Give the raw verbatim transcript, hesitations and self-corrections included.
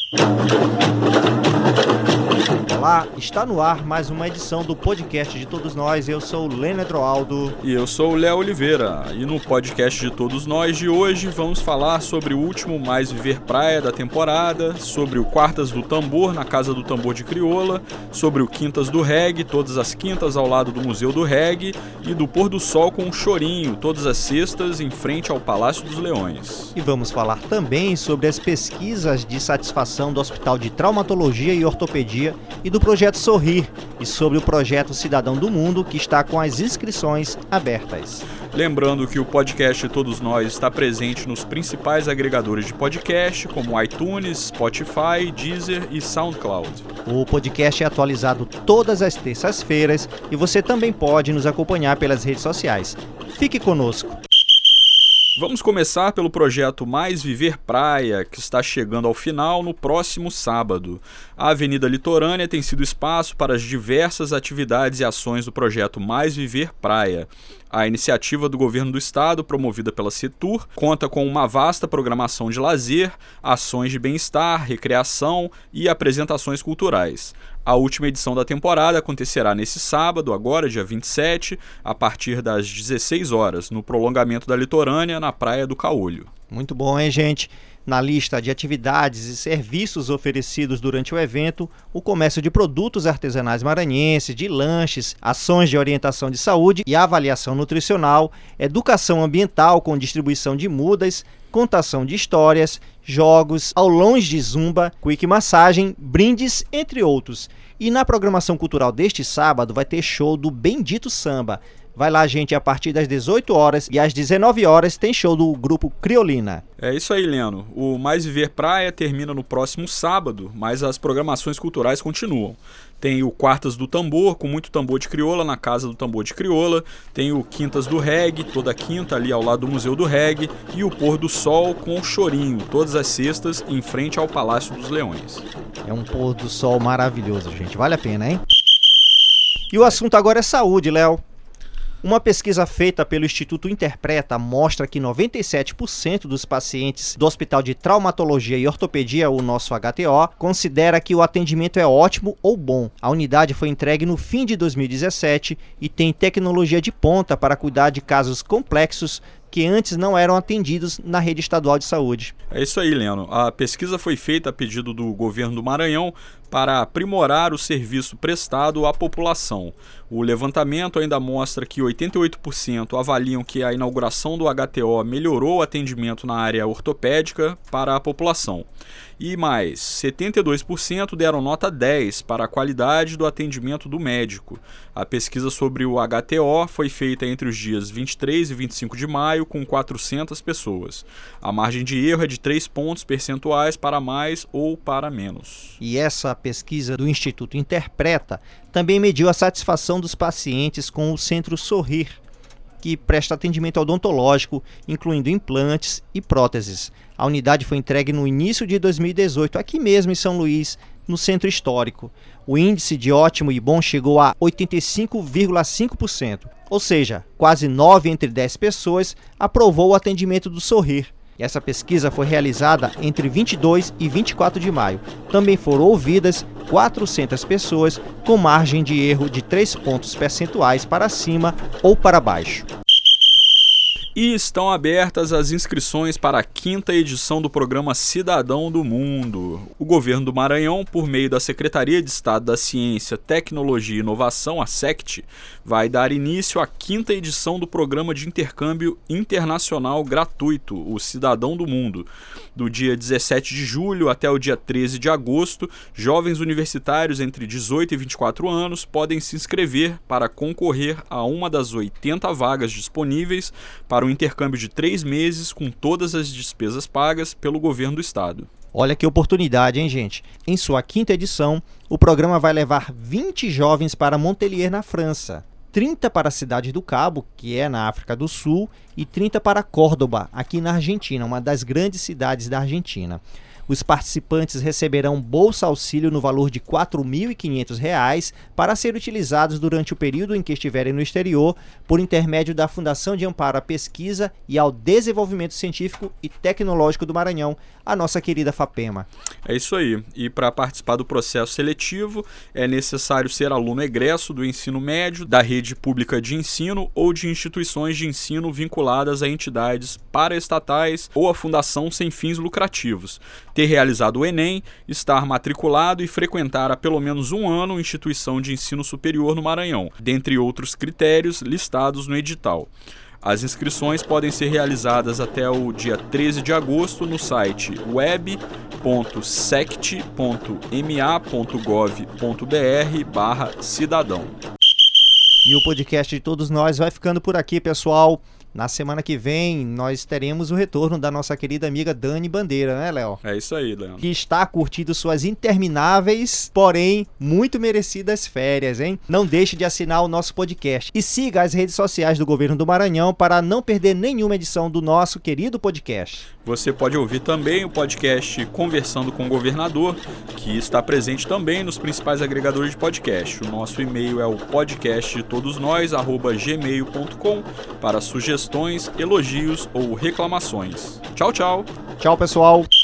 Olá, está no ar mais uma edição do podcast de Todos Nós. Eu sou o Leonardo Aldo. E eu sou o Léo Oliveira. E no podcast de Todos Nós de hoje vamos falar sobre o último Mais Viver Praia da temporada, sobre o Quartas do Tambor na Casa do Tambor de Crioula, sobre o Quintas do Reggae, todas as quintas ao lado do Museu do Reggae, e do Pôr do Sol com o Chorinho, todas as sextas em frente ao Palácio dos Leões. E vamos falar também sobre as pesquisas de satisfação do Hospital de Traumatologia e Ortopedia e do projeto Sorrir, e sobre o projeto Cidadão do Mundo, que está com as inscrições abertas. Lembrando que o podcast Todos Nós está presente nos principais agregadores de podcast, como iTunes, Spotify, Deezer e SoundCloud. O podcast é atualizado todas as terças-feiras e você também pode nos acompanhar pelas redes sociais. Fique conosco! Vamos começar pelo projeto Mais Viver Praia, que está chegando ao final no próximo sábado. A Avenida Litorânea tem sido espaço para as diversas atividades e ações do projeto Mais Viver Praia. A iniciativa do governo do estado, promovida pela Setur, conta com uma vasta programação de lazer, ações de bem-estar, recreação e apresentações culturais. A última edição da temporada acontecerá nesse sábado, agora dia vinte e sete, a partir das dezesseis horas, no prolongamento da Litorânea, na Praia do Caolho. Muito bom, hein, gente? Na lista de atividades e serviços oferecidos durante o evento, o comércio de produtos artesanais maranhenses, de lanches, ações de orientação de saúde e avaliação nutricional, educação ambiental com distribuição de mudas, contação de histórias, jogos, aulões de zumba, quick massagem, brindes, entre outros. E na programação cultural deste sábado vai ter show do Bendito Samba. Vai lá, gente, a partir das dezoito horas e às dezenove horas tem show do grupo Criolina. É isso aí, Leno. O Mais Viver Praia termina no próximo sábado, mas as programações culturais continuam. Tem o Quartas do Tambor, com muito tambor de crioula, na Casa do Tambor de Crioula. Tem o Quintas do Reggae, toda quinta ali ao lado do Museu do Reggae. E o Pôr do Sol com o Chorinho, todas as sextas em frente ao Palácio dos Leões. É um pôr do sol maravilhoso, gente. Vale a pena, hein? E o assunto agora é saúde, Léo. Uma pesquisa feita pelo Instituto Interpreta mostra que noventa e sete por cento dos pacientes do Hospital de Traumatologia e Ortopedia, o nosso H T O, considera que o atendimento é ótimo ou bom. A unidade foi entregue no fim de dois mil e dezessete e tem tecnologia de ponta para cuidar de casos complexos que antes não eram atendidos na rede estadual de saúde. É isso aí, Leno. A pesquisa foi feita a pedido do governo do Maranhão para aprimorar o serviço prestado à população. O levantamento ainda mostra que oitenta e oito por cento avaliam que a inauguração do H T O melhorou o atendimento na área ortopédica para a população. E mais, setenta e dois por cento deram nota dez para a qualidade do atendimento do médico. A pesquisa sobre o H T O foi feita entre os dias vinte e três e vinte e cinco de maio com quatrocentas pessoas. A margem de erro é de três pontos percentuais para mais ou para menos. E essa pesquisa do Instituto Interpreta também mediu a satisfação dos pacientes com o Centro Sorrir, que presta atendimento odontológico, incluindo implantes e próteses. A unidade foi entregue no início de dois mil e dezoito, aqui mesmo em São Luís, no Centro Histórico. O índice de ótimo e bom chegou a oitenta e cinco vírgula cinco por cento, ou seja, quase nove entre dez pessoas aprovou o atendimento do Sorrir. E essa pesquisa foi realizada entre vinte e dois e vinte e quatro de maio. Também foram ouvidas quatrocentas pessoas com margem de erro de três pontos percentuais para cima ou para baixo. E estão abertas as inscrições para a quinta edição do programa Cidadão do Mundo. O governo do Maranhão, por meio da Secretaria de Estado da Ciência, Tecnologia e Inovação, a SECT, vai dar início à quinta edição do programa de intercâmbio internacional gratuito, o Cidadão do Mundo. Do dia dezessete de julho até o dia treze de agosto, jovens universitários entre dezoito e vinte e quatro anos podem se inscrever para concorrer a uma das oitenta vagas disponíveis para um intercâmbio de três meses com todas as despesas pagas pelo governo do estado. Olha que oportunidade, hein, gente? Em sua quinta edição, o programa vai levar vinte jovens para Montpellier, na França, trinta para a cidade do Cabo, que é na África do Sul, e trinta para Córdoba, aqui na Argentina, uma das grandes cidades da Argentina. Os participantes receberão bolsa auxílio no valor de quatro mil e quinhentos reais para ser utilizados durante o período em que estiverem no exterior, por intermédio da Fundação de Amparo à Pesquisa e ao Desenvolvimento Científico e Tecnológico do Maranhão, a nossa querida FAPEMA. É isso aí. E para participar do processo seletivo é necessário ser aluno egresso do ensino médio, da rede pública de ensino ou de instituições de ensino vinculadas a entidades paraestatais ou a fundação sem fins lucrativos, ter realizado o Enem, estar matriculado e frequentar há pelo menos um ano instituição de ensino superior no Maranhão, dentre outros critérios listados no edital. As inscrições podem ser realizadas até o dia treze de agosto no site web ponto sect ponto m a ponto gov ponto b r barra cidadão. E o podcast de todos nós vai ficando por aqui, pessoal. Na semana que vem, nós teremos o retorno da nossa querida amiga Dani Bandeira, né, Léo? É isso aí, Leandro. Que está curtindo suas intermináveis, porém muito merecidas férias, hein? Não deixe de assinar o nosso podcast e siga as redes sociais do Governo do Maranhão para não perder nenhuma edição do nosso querido podcast. Você pode ouvir também o podcast Conversando com o Governador, que está presente também nos principais agregadores de podcast. O nosso e-mail é o podcast de todos nós, arroba gmail ponto com, para sugestões, elogios ou reclamações. Tchau, tchau! Tchau, pessoal!